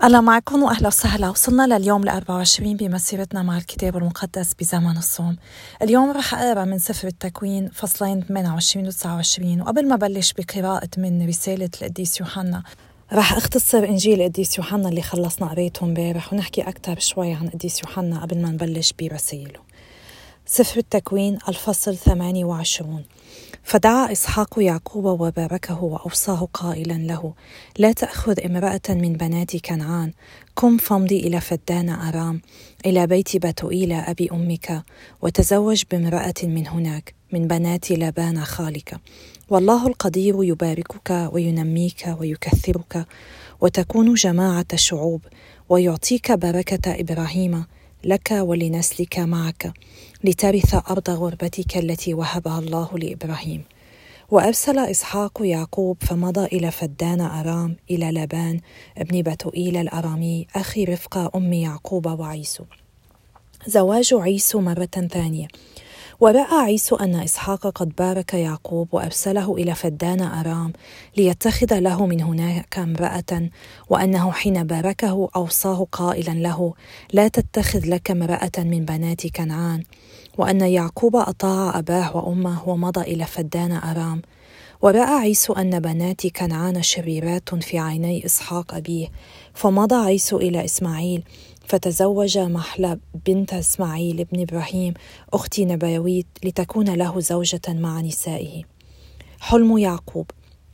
أهلا معكم وأهلا وسهلا. وصلنا لليوم 24 بمسيرتنا مع الكتاب المقدس بزمن الصوم. اليوم رح أقرأ من سفر التكوين فصلين 28 و 29. وقبل ما بلش بقراءة من رسالة القديس يوحنا رح أختصر إنجيل القديس يوحنا اللي خلصنا قريته امبارح، ونحكي أكثر شوي عن القديس يوحنا قبل ما نبلش برسائله. سفر التكوين الفصل 28. فدعا إسحاق يعقوب وباركه وأوصاه قائلا له: لا تأخذ امرأة من بنات كنعان، قم فامضي إلى فدان أرام إلى بيت بتوئيل أبي أمك، وتزوج بامرأة من هناك من بنات لابان خالك، والله القدير يباركك وينميك ويكثرك وتكون جماعة الشعوب، ويعطيك بركة إبراهيم لك ولنسلك معك، لترث أرض غربتك التي وهبها الله لإبراهيم. وأرسل إسحاق يعقوب فمضى إلى فدان أرام إلى لابان ابن بتوئيل الأرامي أخي رفقة أم يعقوب وعيسو. زواج عيسو مرة ثانية. ورأى عيسو أن إسحاق قد بارك يعقوب وأرسله إلى فدان أرام ليتخذ له من هناك امرأة، وأنه حين باركه أوصاه قائلا له: لا تتخذ لك امرأة من بنات كنعان، وأن يعقوب أطاع أباه وأمه ومضى إلى فدان أرام. ورأى عيسو أن بنات كنعان شريرات في عيني إسحاق أبيه، فمضى عيسو إلى إسماعيل فتزوج محلى بنت إسماعيل بن إبراهيم أخت نباويت لتكون له زوجة مع نسائه. حلم يعقوب.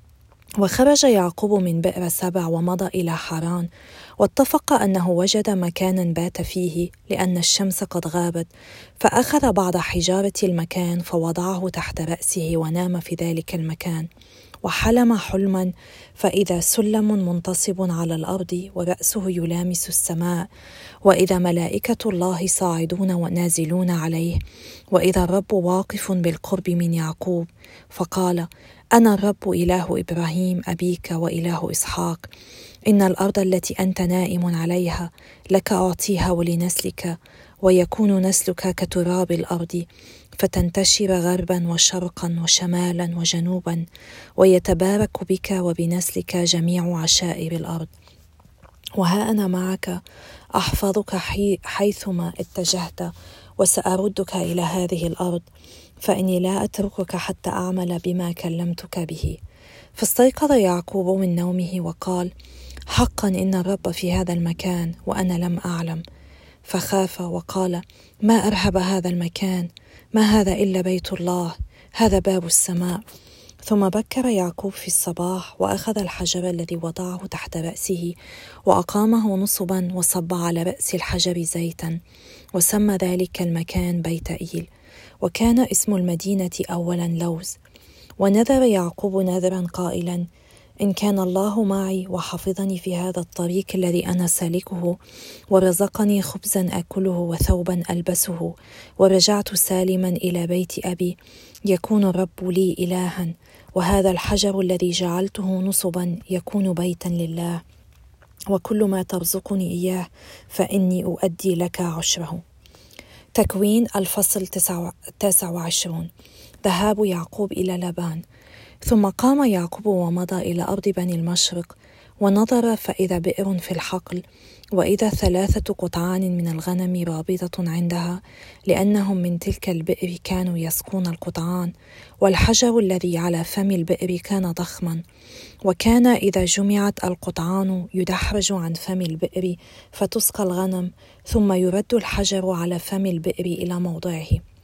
وخرج يعقوب من بئر سبع ومضى إلى حران، واتفق أنه وجد مكانا بات فيه لأن الشمس قد غابت، فأخذ بعض حجارة المكان فوضعه تحت رأسه ونام في ذلك المكان. وحلم حلما فإذا سلم منتصب على الأرض ورأسه يلامس السماء، وإذا ملائكة الله صاعدون ونازلون عليه، وإذا الرب واقف بالقرب من يعقوب، فقال: أنا الرب إله إبراهيم أبيك وإله إسحاق، إن الأرض التي أنت نائم عليها لك أعطيها ولنسلك، ويكون نسلك كتراب الأرض، فتنتشر غربا وشرقا وشمالا وجنوبا، ويتبارك بك وبنسلك جميع عشائر الأرض. وها أنا معك أحفظك حيثما اتجهت، وسأردك إلى هذه الأرض، فإني لا أتركك حتى أعمل بما كلمتك به. فاستيقظ يعقوب من نومه وقال: حقا إن الرب في هذا المكان وأنا لم أعلم. فخاف وقال: ما أرهب هذا المكان، ما هذا إلا بيت الله، هذا باب السماء. ثم بكر يعقوب في الصباح وأخذ الحجر الذي وضعه تحت رأسه وأقامه نصبا وصب على رأس الحجر زيتا، وسمى ذلك المكان بيت إيل، وكان اسم المدينة أولا لوز. ونذر يعقوب نذرا قائلا: إن كان الله معي وحفظني في هذا الطريق الذي أنا سالكه، ورزقني خبزا أكله وثوبا ألبسه، ورجعت سالما إلى بيت أبي، يكون الرب لي إلها، وهذا الحجر الذي جعلته نصبا يكون بيتا لله، وكل ما ترزقني إياه فإني أؤدي لك عشره. تكوين الفصل 29. ذهاب يعقوب إلى لابان. ثم قام يعقوب ومضى إلى أرض بني المشرق، ونظر فإذا بئر في الحقل، وإذا 3 قطعان من الغنم رابضة عندها، لأنهم من تلك البئر كانوا يسقون القطعان، والحجر الذي على فم البئر كان ضخما. وكان إذا جمعت القطعان يدحرج عن فم البئر فتسقى الغنم، ثم يرد الحجر على فم البئر إلى موضعه.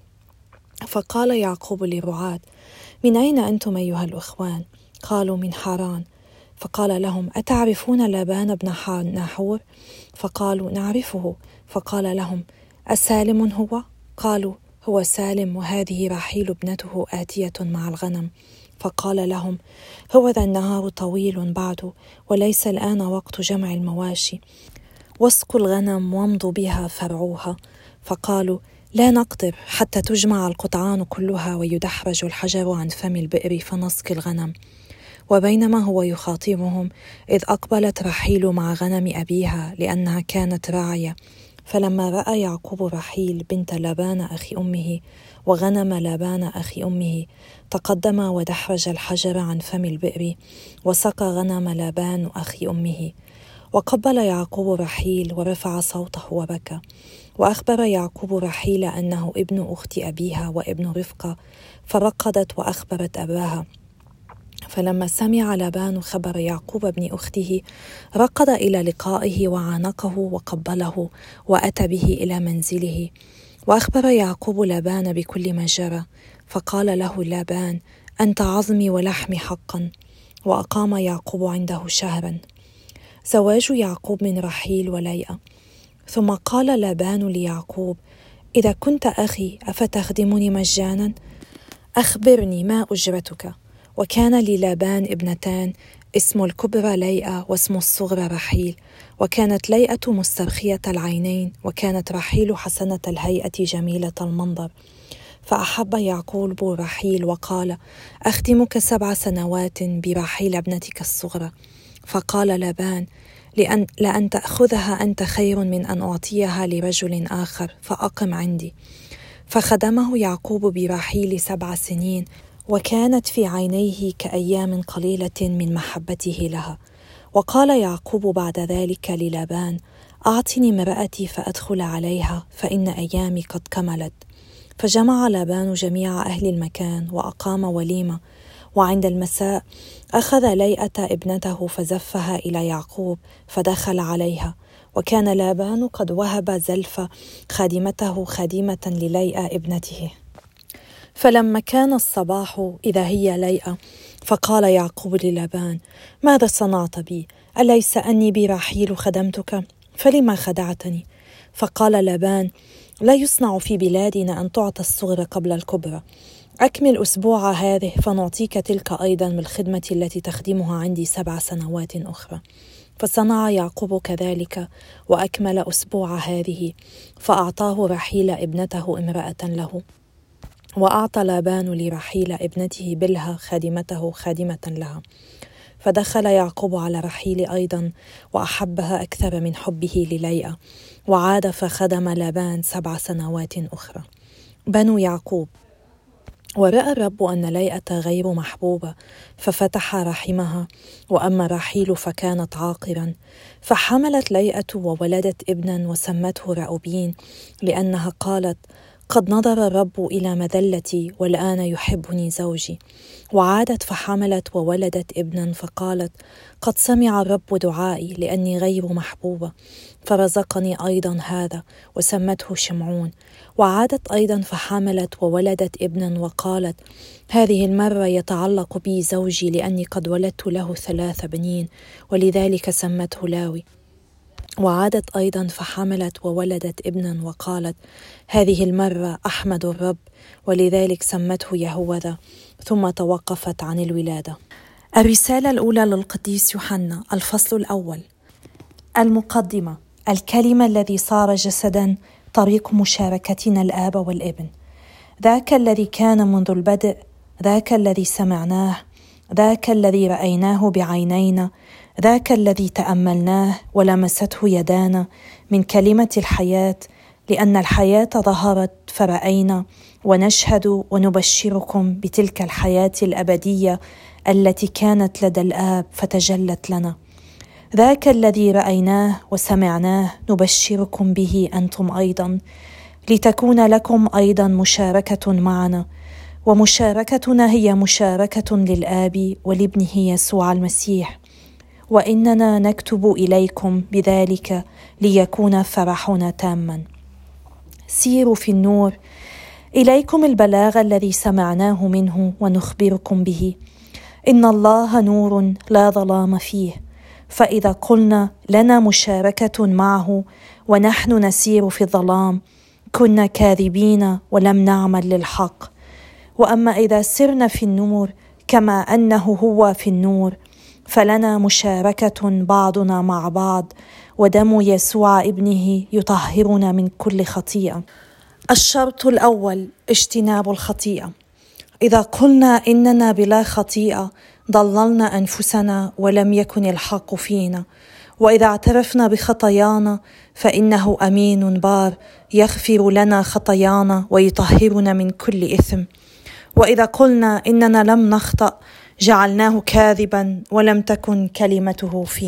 فقال يعقوب للرعاة: من أين أنتم أيها الأخوان؟ قالوا: من حران. فقال لهم: أتعرفون لابان بن نحور؟ فقالوا: نعرفه. فقال لهم: أسالم هو؟ قالوا: هو سالم، وهذه رحيل ابنته آتية مع الغنم. فقال لهم: هو ذا النهار طويل بعد، وليس الآن وقت جمع المواشي، واسقوا الغنم وامضوا بها فرعوها. فقالوا: لا نقدر حتى تجمع القطعان كلها ويدحرج الحجر عن فم البئر فنسقي الغنم. وبينما هو يخاطبهم إذ أقبلت رحيل مع غنم أبيها لأنها كانت راعية. فلما رأى يعقوب رحيل بنت لابان أخي أمه وغنم لابان أخي أمه، تقدم ودحرج الحجر عن فم البئر وسقى غنم لابان أخي أمه. وقبل يعقوب رحيل ورفع صوته وبكى. وأخبر يعقوب رحيل أنه ابن أخت أبيها وابن رفقة، فرقدت وأخبرت أباها. فلما سمع لابان خبر يعقوب ابن أخته رقد إلى لقائه وعانقه وقبله وأتى به إلى منزله. وأخبر يعقوب لابان بكل ما جرى، فقال له لابان: أنت عظمي ولحمي حقا. وأقام يعقوب عنده شهرا. زواج يعقوب من رحيل وليئة. ثم قال لابان ليعقوب: إذا كنت أخي أفتخدمني مجانا؟ أخبرني ما أجرتك. وكان للابان ابنتان، اسم الكبرى ليئة واسم الصغرى رحيل. وكانت ليئة مسترخية العينين، وكانت رحيل حسنة الهيئة جميلة المنظر. فأحب يعقوب رحيل وقال: أخدمك 7 سنوات برحيل ابنتك الصغرى. فقال لابان: لأن تأخذها أنت خير من أن أعطيها لرجل آخر، فأقم عندي. فخدمه يعقوب برحيل 7 سنين، وكانت في عينيه كأيام قليلة من محبته لها. وقال يعقوب بعد ذلك للابان: أعطني امرأتي فأدخل عليها، فإن أيامي قد كملت. فجمع لابان جميع أهل المكان وأقام وليمة. وعند المساء أخذ ليئة ابنته فزفها إلى يعقوب، فدخل عليها. وكان لابان قد وهب زلفة خادمته خادمة لليئة ابنته. فلما كان الصباح إذا هي ليئة، فقال يعقوب للابان: ماذا صنعت بي؟ أليس أني برحيل خدمتك؟ فلما خدعتني؟ فقال لابان: لا يصنع في بلادنا أن تعطى الصغرى قبل الكبرى. أكمل أسبوع هذه فنعطيك تلك أيضا من الخدمة التي تخدمها عندي 7 سنوات أخرى. فصنع يعقوب كذلك، وأكمل أسبوع هذه، فأعطاه رحيل ابنته امرأة له. وأعطى لابان لرحيل ابنته بلها خادمته خادمة لها. فدخل يعقوب على رحيل أيضا، وأحبها أكثر من حبه لليئة، وعاد فخدم لابان 7 سنوات أخرى. بنو يعقوب. ورأى الرب أن ليئة غير محبوبة، ففتح رحمها، وأما رحيل فكانت عاقرا. فحملت ليئة وولدت ابنا وسمته رأوبين، لأنها قالت: قد نظر الرب إلى مذلتي، والآن يحبني زوجي. وعادت فحملت وولدت ابنا، فقالت: قد سمع الرب دعائي، لأني غير محبوبة، فرزقني أيضا هذا، وسمته شمعون. وعادت أيضا فحملت وولدت ابنا، وقالت: هذه المرة يتعلق بي زوجي، لأني قد ولدت له 3 بنين، ولذلك سمته لاوي. وعادت أيضا فحملت وولدت ابنا، وقالت: هذه المرة أحمد الرب، ولذلك سمته يهوذا. ثم توقفت عن الولادة. الرسالة الأولى للقديس يوحنا، الفصل الأول. المقدمة. الكلمة الذي صار جسدا، طريق مشاركتنا الآب والابن. ذاك الذي كان منذ البدء، ذاك الذي سمعناه، ذاك الذي رأيناه بعينينا، ذاك الذي تأملناه ولمسته يدانا، من كلمة الحياة، لأن الحياة ظهرت فرأينا ونشهد ونبشركم بتلك الحياة الأبدية التي كانت لدى الآب فتجلت لنا. ذاك الذي رأيناه وسمعناه نبشركم به أنتم أيضا، لتكون لكم أيضا مشاركة معنا، ومشاركتنا هي مشاركة للآب ولابنه يسوع المسيح. وإننا نكتب إليكم بذلك ليكون فرحنا تاما. سيروا في النور، إليكم البلاغ الذي سمعناه منه ونخبركم به. إن الله نور لا ظلام فيه. فإذا قلنا لنا مشاركة معه ونحن نسير في الظلام، كنا كاذبين ولم نعمل للحق. وأما إذا سرنا في النور كما أنه هو في النور، فلنا مشاركة بعضنا مع بعض، ودم يسوع ابنه يطهرنا من كل خطيئة. الشرط الأول: اجتناب الخطيئة. إذا قلنا إننا بلا خطيئة ضللنا أنفسنا ولم يكن الحق فينا. وإذا اعترفنا بخطايانا فإنه أمين بار يغفر لنا خطايانا ويطهرنا من كل إثم. وإذا قلنا إننا لم نخطأ جعلناه كاذبا ولم تكن كلمته فينا.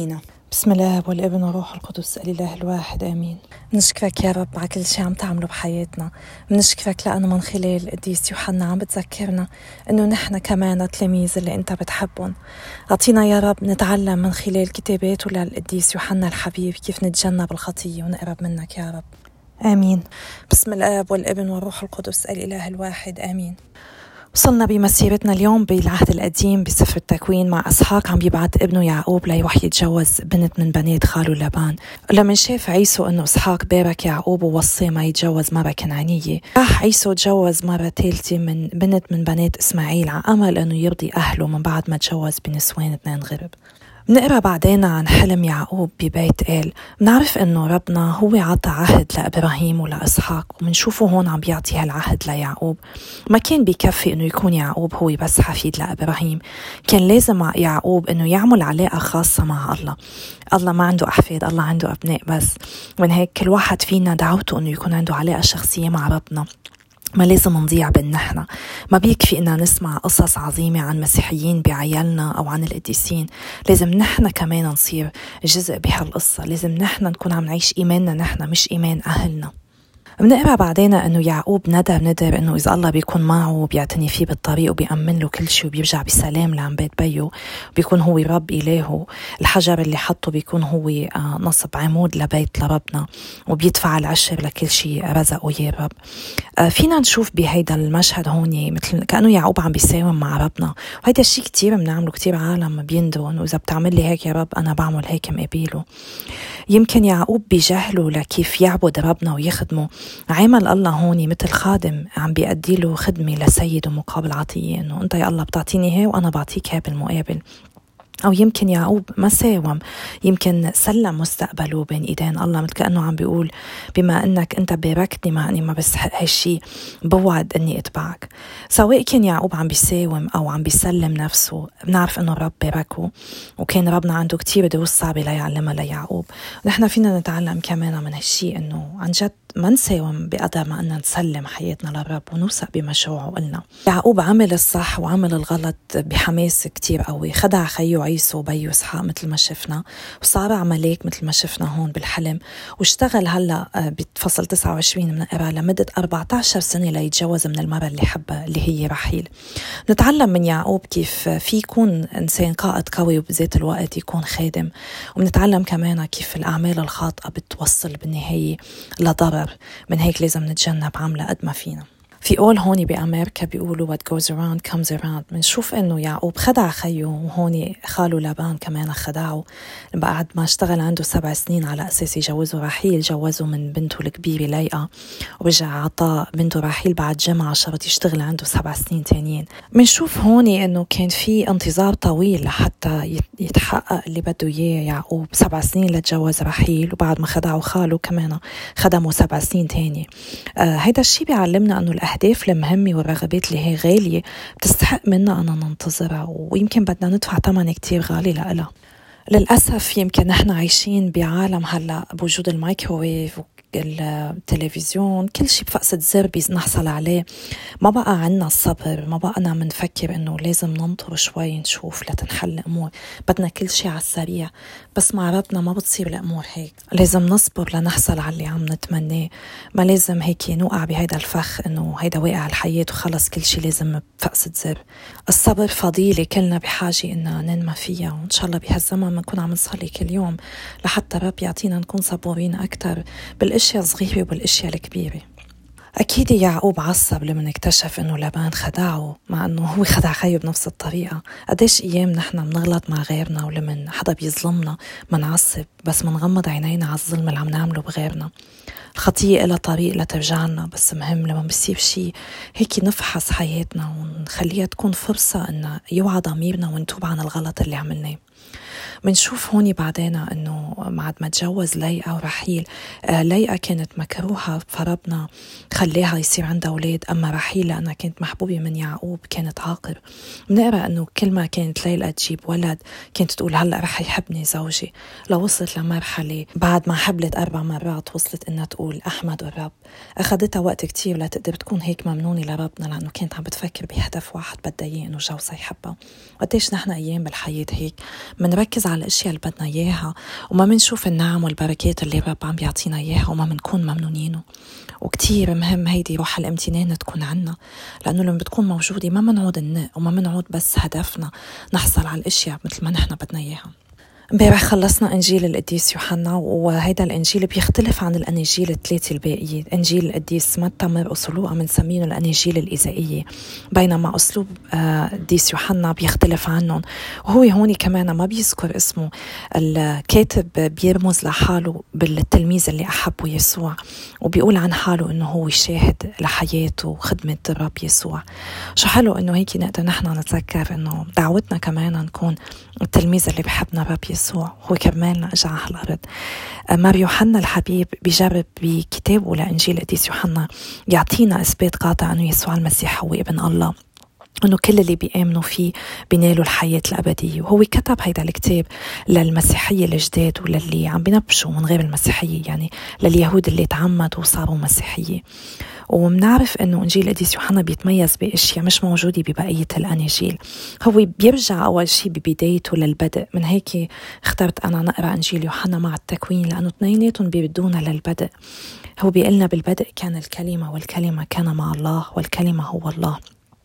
بسم الله والابن وروح القدس الإله الواحد آمين. بنشكرك يا رب على كل شيء عم تعمله بحياتنا. بنشكرك لأنه من خلال القديس يوحنا عم بتذكرنا إنه نحن كمان تلاميذ اللي أنت بتحبهم. أعطينا يا رب نتعلم من خلال كتاباته للقديس يوحنا الحبيب كيف نتجنب الخطية ونقرب منك يا رب. آمين. بسم الآب والابن والروح القدس الإله الواحد آمين. وصلنا بمسيرتنا اليوم بالعهد القديم بسفر التكوين مع إسحاق عم بيبعت ابنه يعقوب ليروح يتجوز بنت من بنات خاله لابان. لما شاف عيسو انه إسحاق بارك يعقوب ووصي ما يتجوز مرة كنعانية، راح عيسو تجوز مرة ثالثة من بنت من بنات إسماعيل على أمل انه يرضي أهله من بعد ما تجوز بنسوان 2 غرب. بنقرأ بعدين عن حلم يعقوب ببيت آل. بنعرف انه ربنا هو عطى عهد لإبراهيم ولإسحاق، ومنشوفه هون عم بيعطي هالعهد ليعقوب. ما كان بيكفي انه يكون يعقوب هو بس حفيد لإبراهيم، كان لازم يعقوب انه يعمل علاقة خاصة مع الله. الله ما عنده أحفاد، الله عنده أبناء بس. من هيك كل واحد فينا دعوته انه يكون عنده علاقة شخصية مع ربنا. ما لازم نضيع بيننا، ما بيكفي إننا نسمع قصص عظيمة عن مسيحيين بعيالنا أو عن القديسين، لازم نحن كمان نصير جزء بهالقصة. لازم نحن نكون عم نعيش إيماننا نحن مش إيمان أهلنا. بنقرأ بعدين أنه يعقوب ندر أنه إذا الله بيكون معه وبيعتني فيه بالطريق وبيأمن له كل شيء وبيرجع بسلام لعن بيت بيه، بيكون هو رب إلهه. الحجر اللي حطه بيكون هو نصب عمود لبيت لربنا، وبيدفع العشر لكل شيء رزقه يا رب. فينا نشوف بهيدا المشهد هون مثل كأنه يعقوب عم بيساوم مع ربنا، وهيدا الشيء كتير بنعمله. كتير عالم بيندوا أنه إذا بتعمل لي هيك يا رب أنا بعمل هيك مقابله. يمكن يعقوب بيجهله لكيف يعبد ربنا ويخدمه. عمل الله هوني مثل خادم عم بيأدي له خدمة لسيده مقابل عطية، إنه أنت يا الله بتعطيني هي وأنا بعطيك هي بالمقابل. أو يمكن يعقوب ما ساوم، يمكن سلم مستقبله بين إيدين الله، مثل كأنه عم بيقول بما أنك أنت باركتني مع أني ما بستحق هالشي بوعد أني أتبعك. سواء كان يعقوب عم بيساوم أو عم بيسلم نفسه، بنعرف أنه الرب باركه، وكان ربنا عنده كتير دروس صعبة ليعلمها ليعقوب. ونحن فينا نتعلم كمان من هالشي أنه عن جد ما نساوم بقدر ما أننا نسلم حياتنا للرب ونوثق بمشروعه. قلنا يعقوب عمل الصح وعمل الغلط بحماس كتير قوي. خدع خيه عيسو وبيو إسحاق مثل ما شفنا، وصار عمليك مثل ما شفنا هون بالحلم، واشتغل هلا بفصل 29 بنقرا لمدة 14 سنة ليتجوز من المرأة اللي حبها اللي هي رحيل. نتعلم من يعقوب كيف في يكون إنسان قائد قوي وبذات الوقت يكون خادم، وبنتعلم كمان كيف الأعمال الخاطئة بتوصل بالنهاية لضرر. من هيك لازم نتجنب عملة قد ما فينا. في قول هوني بأمريكا بيقولوا what goes around comes around. منشوف إنه يعقوب خدع خيه، وهوني خاله لابان كمان خدعه. بعد ما اشتغل عنده 7 سنين على أساس يجوزه رحيل، جوزه من بنته الكبيرة ليئة، ورجع عطاه بنته رحيل بعد جمعة شرط يشتغل عنده 7 سنين تانيين. منشوف هوني إنه كان في انتظار طويل لحتى يتحقق اللي بده إياه يعقوب. 7 سنين لتجوز رحيل، وبعد ما خدعه خاله كمان خدمه 7 سنين تاني. هيدا الشي بيعلمنا إنه الأهداف المهمة والرغبات اللي هي غالية بتستحق منا أننا ننتظرها، ويمكن بدنا ندفع ثمن كتير غالي لها. للأسف يمكن نحن عايشين بعالم هلأ بوجود الميكروويف التلفزيون، كل شيء بفقسة زر نحصل عليه. ما بقى عنا الصبر، ما بقى منفكر انه لازم ننطر شوي نشوف لتنحل الامور. بدنا كل شيء على السريع، بس مع ربنا ما بتصير الامور هيك. لازم نصبر لنحصل على اللي عم نتمناه. ما لازم هيك نوقع بهيدا الفخ انه هيدا واقع الحياة وخلص كل شيء لازم بفقسة زر. الصبر فضيلة كلنا بحاجة إننا ننمى فيها، وإن شاء الله بهالزمن بنكون عم نصلي كل يوم لحتى رب يعطينا نكون صبورين أكتر بالأشياء الصغيرة وبالأشياء الكبيرة. أكيد يعقوب عصب لما اكتشف إنه لابان خدعه، مع إنه هو خدع خيه بنفس الطريقة. قديش أيام نحن بنغلط مع غيرنا، ولمن حدا بيظلمنا منعصب، بس منغمض عينينا على الظلم اللي عم نعمله بغيرنا. الخطية إلها طريق لترجعنا، بس مهم لما بيصير شيء هيك نفحص حياتنا ونخليها تكون فرصة إن يوعى ضميرنا ونتوب عن الغلط اللي عملناه. منشوف هوني بعدين انه بعد ما تجوز ليئة ورحيل، ليئة كانت مكروهة فربنا خليها يصير عندها أولاد، أما رحيل لأنها كانت محبوبة من يعقوب كانت عاقر. بنقرأ انه كل ما كانت ليلى تجيب ولد كانت تقول هلأ رح يحبني زوجي، لو وصلت لمرحلة بعد ما حبلت 4 مرات وصلت انها تقول أحمد الرب. أخذتها وقت كتير لتقدر تكون هيك ممنونة لربنا، لأنه كانت عم بتفكر بهدف واحد بدها إياه إنه جوزها يحبها. قديش نحن أيام بالحياة هيك منركز مننزع الأشياء اللي بدنا إياها وما منشوف النعم والبركات اللي الرب عم بيعطينا إياها وما منكون ممنونينه. وكتير مهم هيدي روح الامتنان تكون عنا، لأنه لما بتكون موجودة ما منعود ننق وما منعود بس هدفنا نحصل على الأشياء مثل ما نحن بدنا إياها. امبارح خلصنا إنجيل القديس يوحنا، وهيدا الإنجيل بيختلف عن الأناجيل الثلاثة الباقية. إنجيل القديس متى مرقس ولوقا بنسميه الأناجيل الإيذائية، بينما أسلوب القديس يوحنا بيختلف عنهم. وهو هون كمان ما بيذكر اسمه، الكاتب بيرمز لحاله بالتلميذ اللي أحبه يسوع، وبيقول عن حاله إنه هو شاهد لحياته وخدمة الرب يسوع. شو حلو إنه هيك نقدر نحن نتذكر إنه دعوتنا كمان نكون التلميذ اللي بحبنا الرب يسوع، هو كرمالنا اجى على الارض. مار يوحنا الحبيب بيجرب بكتابه لإنجيل القديس يوحنا يعطينا اثبات قاطع انه يسوع المسيح هو ابن الله، انه كل اللي بيآمنوا فيه بينالوا الحياة الأبدية. وهو كتب هيدا الكتاب للمسيحية الجداد وللي عم بينبشوا من غير المسيحية، يعني لليهود اللي تعمدوا وصاروا مسيحية. ومنعرف انه انجيل القديس يوحنا بيتميز باشياء مش موجوده ببقيه الاناجيل. هو بيرجع اول شيء ببدايته للبدء، من هيك اخترت انا نقرا انجيل يوحنا مع التكوين لانه اثنيناتهم بيردونا للبدء. هو بيقلنا بالبدء كان الكلمه، والكلمه كان مع الله، والكلمه هو الله.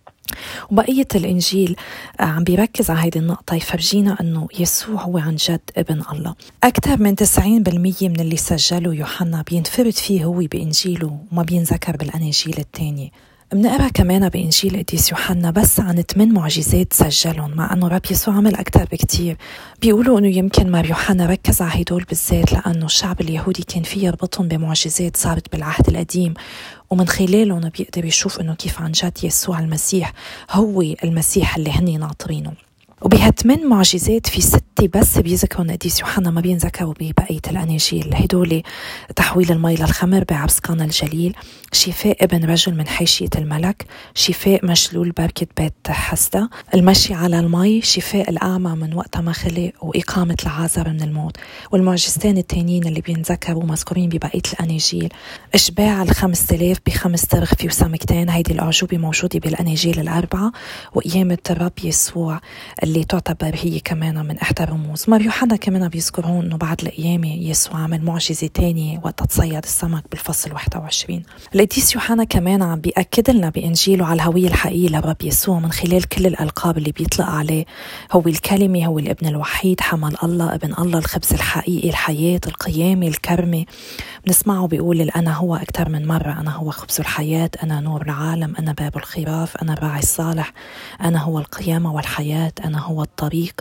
وبقية الإنجيل عم بيركز على هيدي النقطة، يفرجينا أنه يسوع هو عن جد ابن الله. أكثر من 90% من اللي سجله يوحنا بينفرد فيه هو بإنجيله وما بينذكر بالأناجيل التانية. بنقرأ كمان بإنجيل القديس يوحنا بس عن 8 معجزات سجلهم، مع أنه رب يسوع عمل أكتر بكتير. بيقولوا أنه يمكن مار يوحنا ركز على هدول بالذات لأنه الشعب اليهودي كان فيه يربطهم بمعجزات صارت بالعهد القديم، ومن خلالهم بيقدر يشوف أنه كيف عن جد يسوع المسيح هو المسيح اللي هني ناطرينه. وبهالثمان معجزات في 6 بس بيذكروا القديس يوحنا، ما بينذكروا ببقية الأناجيل. هدول تحويل المي للخمر بعبس قانا الجليل، شفاء ابن رجل من حيشية الملك، شفاء مشلول بركة بيت حسدة، المشي على المي، شفاء الأعمى من وقت ما خلق، وإقامة العازر من الموت. والمعجزتين التانيين اللي بينذكروا مذكورين ببقية الأناجيل، إشباع 5000 ب5 ترغفة وسمكتين، هيدي الأعجوبة موجودة بالأناجيل 4، وقيامة الرب يسوع اللي تعتبر هي كمان من إحدى الرموز. مار يوحنا كمان بيذكرون إنه بعد القيامة يسوع عمل معجزة تانية وقت تصيد السمك بالفصل 21. القديس يوحنا كمان عم بيأكد لنا بإنجيله على الهوية الحقيقية للرب يسوع من خلال كل الألقاب اللي بيطلق عليه. هو الكلمة، هو الابن الوحيد، حمل الله، ابن الله، الخبز الحقيقي، الحياة، القيامة، الكرمة. بنسمعه بيقول أنا هو أكثر من مرة، أنا هو خبز الحياة، أنا نور العالم، أنا باب الخراف، أنا الراعي الصالح، أنا هو القيامة والحياة، أنا هو الطريق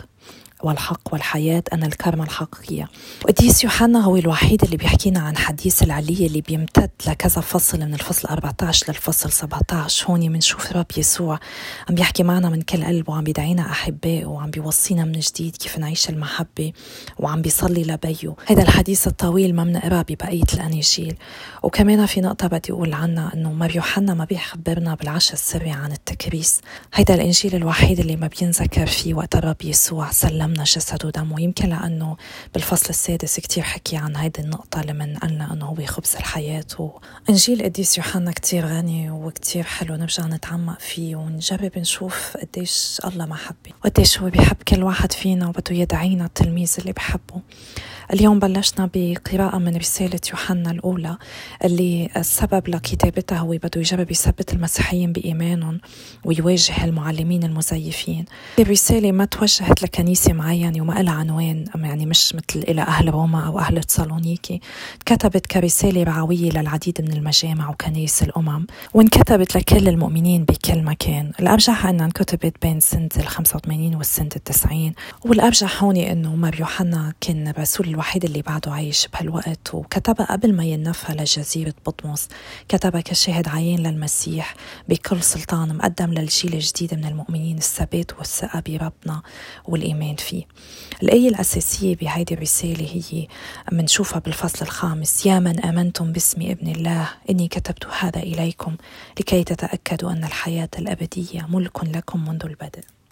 والحق والحياة، أنا الكرمة الحقيقية. وقديس يوحنا هو الوحيد اللي بيحكينا عن حديث العلية اللي بيمتد لكذا فصل، من الفصل 14 للفصل 17. هوني منشوف رب يسوع عم بيحكي معنا من كل قلب، وعم بيدعينا أحباء، وعم بيوصينا من جديد كيف نعيش المحبة، وعم بيصلي لبيه. هذا الحديث الطويل ما بنقراه ببقية الأناجيل. وكمان في نقطة بدي أقول عنها، أنه مار يوحنا ما بيخبرنا بالعشاء السري عن التكريس. هيدا الإنجيل الوحيد اللي ما بينذكر فيه وقت الرب يسوع سلم جسد ودمه، يمكن لأنه بالفصل 6 كتير حكي عن هيدي النقطة لمن قالنا أنه هو خبز الحياة. وإنجيل قديس يوحنا كتير غني وكتير حلو، نرجع نتعمق فيه ونجرب نشوف قديش الله محبة وقديش هو بيحب كل واحد فينا وبده يدعينا التلميذ اللي بحبه. اليوم بلشنا بقراءة من رسالة يوحنا الأولى اللي السبب لكتابتها هو بده يجرب يثبت المسيحيين بإيمانهم ويواجه المعلمين المزيفين. الرسالة ما توجهت لكنيسة معينة وما لها عنوان، يعني مش مثل إلى أهل روما أو أهل تسالونيكي. كتبت كرسالة رعوية للعديد من المجامع وكنائس الأمم، وانكتبت لكل المؤمنين بكل مكان. الأرجح أنها انكتبت بين سنة 85 والسنة 90، والأرجح هوني أنه مار يوحنا كان الرسول الوحيد اللي بعده عايش بهالوقت، وكتبها قبل ما ينفى لجزيرة بطمس. كتبها كشاهد عيان للمسيح بكل سلطان، مقدم للجيل الجديد من المؤمنين الثبات والثقة بربنا والإيمان فيه. الآية الأساسية بهيدي الرسالة هي منشوفها بالفصل 5: يا من آمنتم باسم ابن الله إني كتبت هذا إليكم لكي تتأكدوا أن الحياة الأبدية ملك لكم منذ البدء.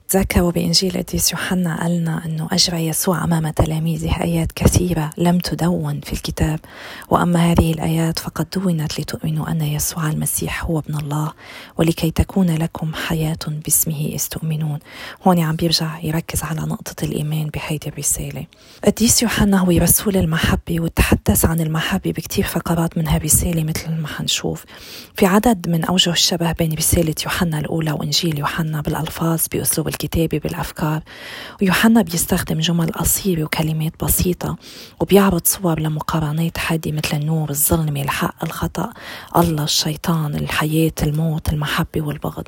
تذكروا بإنجيل القديس يوحنا قالنا أنه أجرى يسوع أمام تلاميذه آيات كثيرة لم تدون في الكتاب، وأما هذه الآيات فقد دونت لتؤمنوا أن يسوع المسيح هو ابن الله ولكي تكون لكم حياة باسمه إذ تؤمنون. هون عم بيرجع يركز على نقطة الإيمان بهيدي الرسالة. القديس يوحنا هو رسول المحبة، وتحدث عن المحبة بكتير فقرات من هالرسالة مثل ما حنشوف. في عدد من أوجه الشبه بين رسالة يوحنا الأولى وإنجيل يوحنا بالألفاظ، بأسلوب الكتابة، بالأفكار. ويوحنا بيستخدم جمل قصيرة وكلمات بسيطة، وبيعرض صور لمقارنات حادة مثل النور، الظلمة، الحق، الخطأ، الله، الشيطان، الحياة، الموت، المحبة والبغض.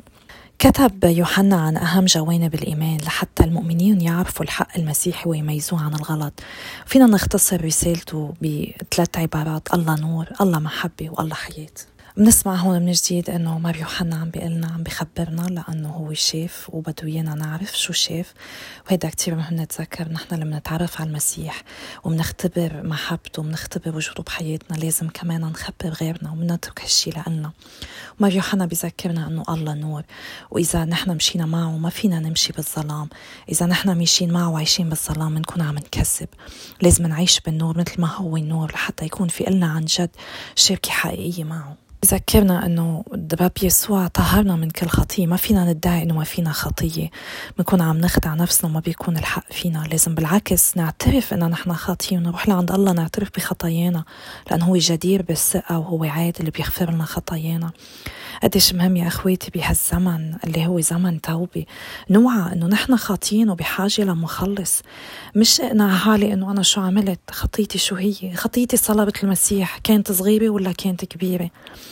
كتب يوحنا عن أهم جوانب الإيمان لحتى المؤمنين يعرفوا الحق المسيحي ويميزوه عن الغلط. فينا نختصر رسالته بثلاث عبارات: الله نور، الله محبة، والله حياة. بنسمع هون من جديد انه مار يوحنا عم بيقلنا، عم بخبرنا لانه هو شاف وبده ايانا نعرف شو شاف. وهيدا كتير مهم نتذكر. نحن لما نتعرف على المسيح ومنختبر محبته ومنختبر وجوده بحياتنا، لازم كمان نخبر غيرنا ومنترك هالشي لنا. مار يوحنا بيذكرنا انه الله نور، واذا نحن مشينا معه ما فينا نمشي بالظلام. اذا نحن ماشيين معه وعايشين بالظلام بنكون عم نكذب. لازم نعيش بالنور مثل ما هو النور لحتى يكون في إلنا عن جد شركة حقيقية معه. ذكرنا أنه الرب يسوع طهرنا من كل خطية. ما فينا ندعي أنه ما فينا خطية، بنكون عم نخدع نفسنا وما بيكون الحق فينا. لازم بالعكس نعترف أننا نحن خاطئين ونروح لعند الله نعترف بخطايانا، لأنه هو جدير بالثقة وهو عادل اللي بيغفر لنا خطايانا. قديش مهم يا أخواتي بهالزمن اللي هو زمن توبة نوعى أنه نحن خاطئين وبحاجة لمخلص. مش أقنع حالي أنه أنا شو عملت، خطيتي شو هي؟ خطيتي صلبة المسيح كانت صغيرة ولا كانت كبيرة؟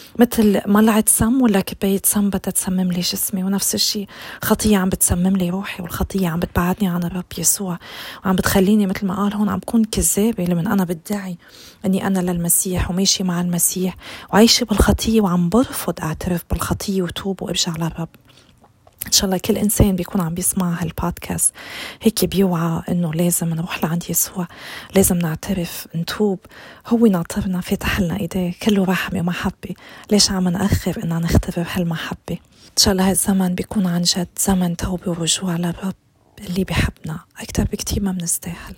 مثل ملعة سم ولا كباية سم بدها تسمم لي جسمي؟ ونفس الشيء خطية عم بتسمم لي روحي، والخطية عم بتبعدني عن الرب يسوع وعم بتخليني مثل ما قال هون عم بكون كذابة لمن أنا بدعي أني أنا للمسيح وماشي مع المسيح وعايشة بالخطية وعم برفض أعترف بالخطية وتوب وارجع للرب. إن شاء الله كل إنسان بيكون عم بيسمع هالبودكاست هيك بيوعى إنه لازم نروح لعند يسوع، لازم نعترف، نتوب. هو ناطرنا، فتح لنا إيديه، كله رحمة ومحبة. ليش عم نأخر إننا نختبر هالمحبة؟ إن شاء الله هالزمن بيكون عن جد زمن توبة ورجوع للرب اللي بيحبنا أكتر بكتير ما بنستاهل.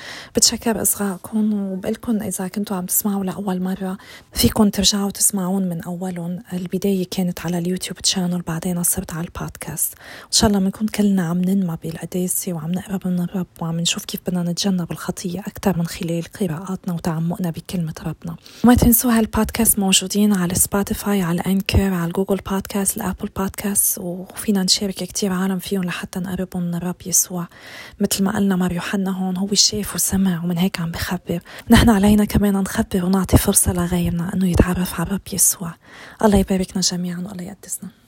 بتشكر إصغائكم، وبقلكن إذا كنتوا عم تسمعوا لأول مرة فيكن ترجعوا تسمعون من أولهم. البداية كانت على اليوتيوب تشانل، بعدين صرت على البودكاست. إن شاء الله منكون كلنا عم ننمى بالقداسة وعم نقرب من الرب وعم نشوف كيف بدنا نتجنب الخطية أكتر من خلال قراءاتنا وتعمقنا بكلمة ربنا. وما تنسوا هالبودكاست موجودين على سبوتيفاي، على أنكر، على جوجل بودكاست، الأبل بودكاست، وفينا نشارك كتير عالم فيهم لحتى نقربهم من الرب يسوع. مثل ما قلنا مار يوحنا هون هو شاف وسمع ومن هيك عم بخبر. نحن علينا كمان نخبر ونعطي فرصة لغيرنا أنه يتعرف على الرب يسوع. الله يباركنا جميعا والله يقدسنا.